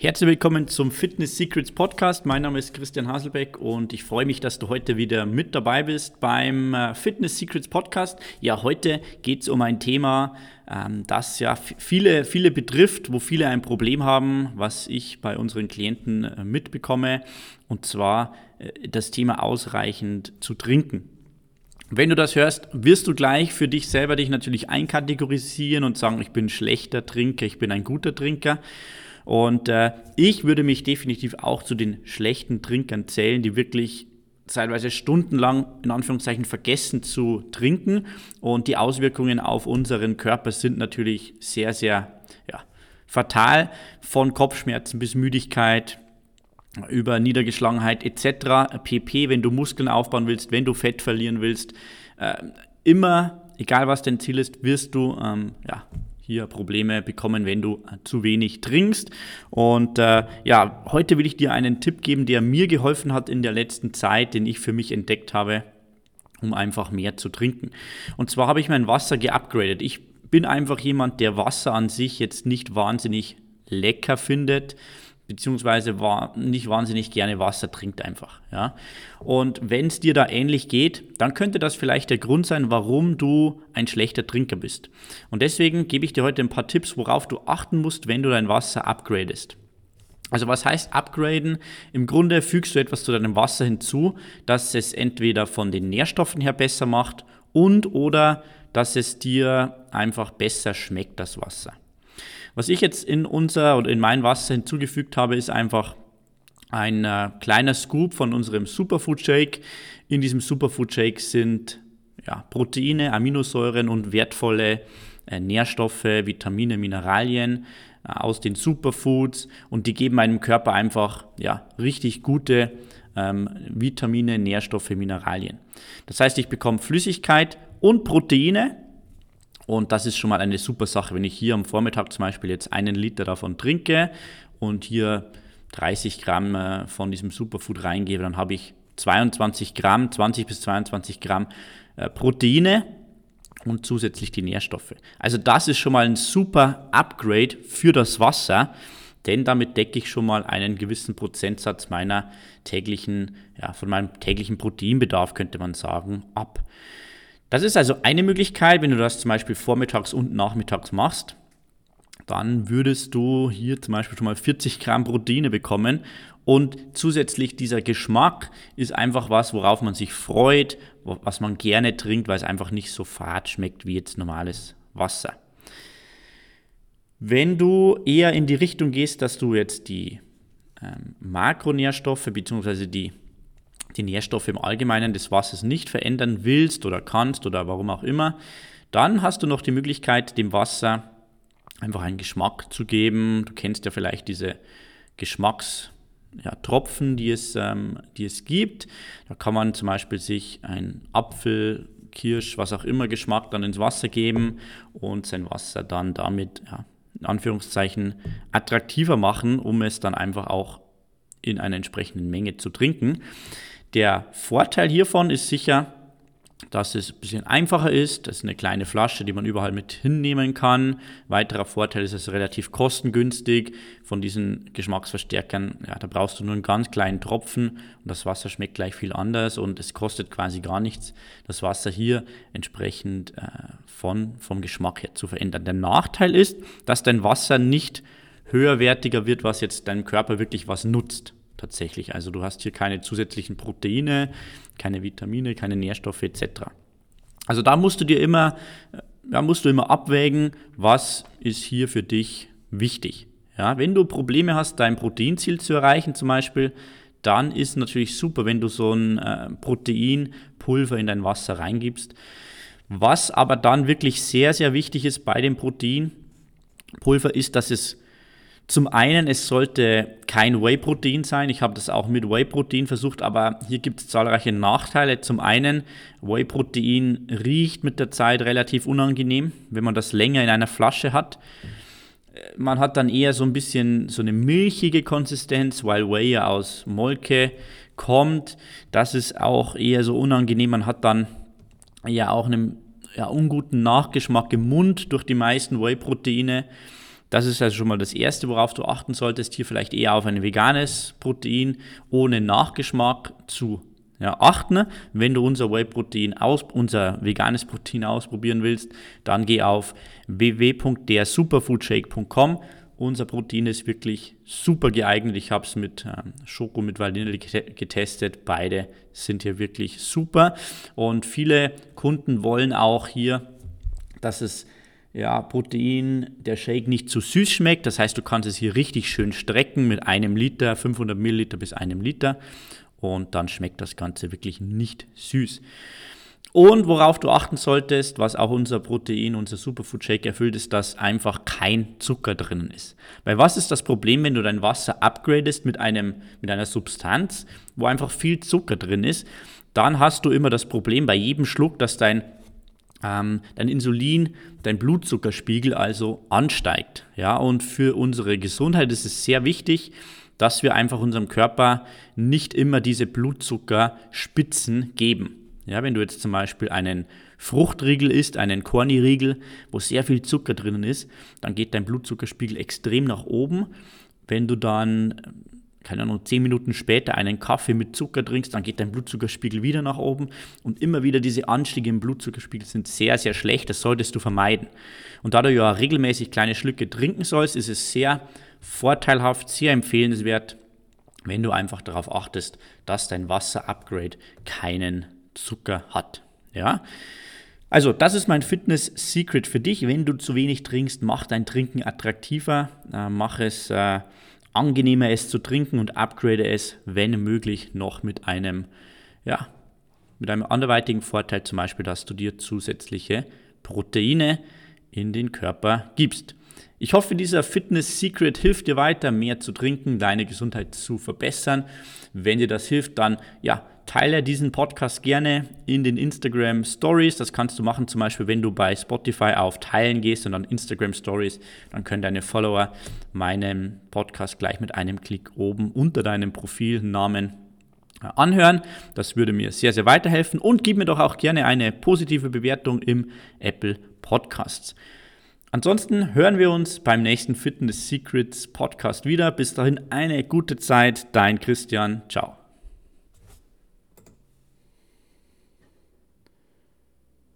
Herzlich willkommen zum Fitness Secrets Podcast. Mein Name ist Christian Haselbeck und ich freue mich, dass du heute wieder mit dabei bist beim Fitness Secrets Podcast. Ja, heute geht es um ein Thema, das ja viele betrifft, wo viele ein Problem haben, was ich bei unseren Klienten mitbekomme, und zwar das Thema ausreichend zu trinken. Wenn du das hörst, wirst du gleich für dich selber dich natürlich einkategorisieren und sagen, ich bin ein schlechter Trinker, ich bin ein guter Trinker. Und ich würde mich definitiv auch zu den schlechten Trinkern zählen, die wirklich teilweise stundenlang in Anführungszeichen vergessen zu trinken. Und die Auswirkungen auf unseren Körper sind natürlich sehr, sehr fatal. Von Kopfschmerzen bis Müdigkeit, über Niedergeschlagenheit etc. pp. Wenn du Muskeln aufbauen willst, wenn du Fett verlieren willst, immer, egal was dein Ziel ist, wirst du hier Probleme bekommen, wenn du zu wenig trinkst. Und heute will ich dir einen Tipp geben, der mir geholfen hat in der letzten Zeit, den ich für mich entdeckt habe, um einfach mehr zu trinken. Und zwar habe ich mein Wasser geupgradet. Ich bin einfach jemand, der Wasser an sich jetzt nicht wahnsinnig lecker findet, beziehungsweise nicht wahnsinnig gerne Wasser trinkt einfach. Ja? Und wenn es dir da ähnlich geht, dann könnte das vielleicht der Grund sein, warum du ein schlechter Trinker bist. Und deswegen gebe ich dir heute ein paar Tipps, worauf du achten musst, wenn du dein Wasser upgradest. Also was heißt upgraden? Im Grunde fügst du etwas zu deinem Wasser hinzu, dass es entweder von den Nährstoffen her besser macht oder dass es dir einfach besser schmeckt, das Wasser. Was ich jetzt in mein Wasser hinzugefügt habe, ist einfach ein kleiner Scoop von unserem Superfood Shake. In diesem Superfood Shake sind Proteine, Aminosäuren und wertvolle Nährstoffe, Vitamine, Mineralien aus den Superfoods, und die geben meinem Körper einfach richtig gute Vitamine, Nährstoffe, Mineralien. Das heißt, ich bekomme Flüssigkeit und Proteine. Und das ist schon mal eine super Sache, wenn ich hier am Vormittag zum Beispiel jetzt 1 Liter davon trinke und hier 30 Gramm von diesem Superfood reingebe, dann habe ich 20 bis 22 Gramm Proteine und zusätzlich die Nährstoffe. Also das ist schon mal ein super Upgrade für das Wasser, denn damit decke ich schon mal einen gewissen Prozentsatz von meinem täglichen Proteinbedarf, könnte man sagen, ab. Das ist also eine Möglichkeit. Wenn du das zum Beispiel vormittags und nachmittags machst, dann würdest du hier zum Beispiel schon mal 40 Gramm Proteine bekommen, und zusätzlich dieser Geschmack ist einfach was, worauf man sich freut, was man gerne trinkt, weil es einfach nicht so fad schmeckt wie jetzt normales Wasser. Wenn du eher in die Richtung gehst, dass du jetzt die Makronährstoffe bzw. die Nährstoffe im Allgemeinen des Wassers nicht verändern willst oder kannst oder warum auch immer, dann hast du noch die Möglichkeit, dem Wasser einfach einen Geschmack zu geben. Du kennst ja vielleicht diese Geschmackstropfen, die es gibt. Da kann man zum Beispiel sich einen Apfel, Kirsch, was auch immer Geschmack dann ins Wasser geben und sein Wasser dann damit in Anführungszeichen attraktiver machen, um es dann einfach auch in einer entsprechenden Menge zu trinken. Der Vorteil hiervon ist sicher, dass es ein bisschen einfacher ist. Das ist eine kleine Flasche, die man überall mit hinnehmen kann. Weiterer Vorteil ist, es relativ kostengünstig. Von diesen Geschmacksverstärkern, da brauchst du nur einen ganz kleinen Tropfen und das Wasser schmeckt gleich viel anders und es kostet quasi gar nichts, das Wasser hier entsprechend vom Geschmack her zu verändern. Der Nachteil ist, dass dein Wasser nicht höherwertiger wird, was jetzt deinem Körper wirklich was nutzt. Tatsächlich. Also du hast hier keine zusätzlichen Proteine, keine Vitamine, keine Nährstoffe etc. Also da musst du immer abwägen, was ist hier für dich wichtig. Ja, wenn du Probleme hast, dein Proteinziel zu erreichen zum Beispiel, dann ist natürlich super, wenn du so ein Proteinpulver in dein Wasser reingibst. Was aber dann wirklich sehr, sehr wichtig ist bei dem Proteinpulver ist, dass es zum einen, es sollte kein Whey-Protein sein. Ich habe das auch mit Whey-Protein versucht, aber hier gibt es zahlreiche Nachteile. Zum einen, Whey-Protein riecht mit der Zeit relativ unangenehm, wenn man das länger in einer Flasche hat. Man hat dann eher so ein bisschen so eine milchige Konsistenz, weil Whey ja aus Molke kommt. Das ist auch eher so unangenehm. Man hat dann ja auch einen unguten Nachgeschmack im Mund durch die meisten Whey-Proteine. Das ist also schon mal das Erste, worauf du achten solltest. Hier vielleicht eher auf ein veganes Protein ohne Nachgeschmack zu achten. Wenn du unser veganes Protein ausprobieren willst, dann geh auf www.dersuperfoodshake.com. Unser Protein ist wirklich super geeignet. Ich habe es mit Schoko, mit Vanille getestet. Beide sind hier wirklich super. Und viele Kunden wollen auch hier, dass es Protein, der Shake nicht zu süß schmeckt. Das heißt, du kannst es hier richtig schön strecken mit 1 Liter, 500 Milliliter bis 1 Liter. Und dann schmeckt das Ganze wirklich nicht süß. Und worauf du achten solltest, was auch unser Protein, unser Superfood Shake erfüllt, ist, dass einfach kein Zucker drinnen ist. Weil was ist das Problem, wenn du dein Wasser upgradest mit einer Substanz, wo einfach viel Zucker drin ist? Dann hast du immer das Problem bei jedem Schluck, dass dein Insulin, dein Blutzuckerspiegel also ansteigt. Ja, und für unsere Gesundheit ist es sehr wichtig, dass wir einfach unserem Körper nicht immer diese Blutzuckerspitzen geben. Ja, wenn du jetzt zum Beispiel einen Fruchtriegel isst, einen Corny-Riegel, wo sehr viel Zucker drinnen ist, dann geht dein Blutzuckerspiegel extrem nach oben. Wenn du dann, 10 Minuten später einen Kaffee mit Zucker trinkst, dann geht dein Blutzuckerspiegel wieder nach oben. Und immer wieder diese Anstiege im Blutzuckerspiegel sind sehr, sehr schlecht. Das solltest du vermeiden. Und da du ja regelmäßig kleine Schlücke trinken sollst, ist es sehr vorteilhaft, sehr empfehlenswert, wenn du einfach darauf achtest, dass dein Wasser-Upgrade keinen Zucker hat. Ja? Also das ist mein Fitness-Secret für dich. Wenn du zu wenig trinkst, mach dein Trinken attraktiver, mach es angenehmer, es zu trinken und upgrade es, wenn möglich, noch mit einem anderweitigen Vorteil, zum Beispiel, dass du dir zusätzliche Proteine in den Körper gibst. Ich hoffe, dieser Fitness-Secret hilft dir weiter, mehr zu trinken, deine Gesundheit zu verbessern. Wenn dir das hilft, dann teile diesen Podcast gerne in den Instagram Stories. Das kannst du machen, zum Beispiel, wenn du bei Spotify auf Teilen gehst und dann Instagram Stories, dann können deine Follower meinen Podcast gleich mit einem Klick oben unter deinem Profilnamen anhören. Das würde mir sehr, sehr weiterhelfen und gib mir doch auch gerne eine positive Bewertung im Apple Podcasts. Ansonsten hören wir uns beim nächsten Fitness Secrets Podcast wieder. Bis dahin eine gute Zeit, dein Christian. Ciao.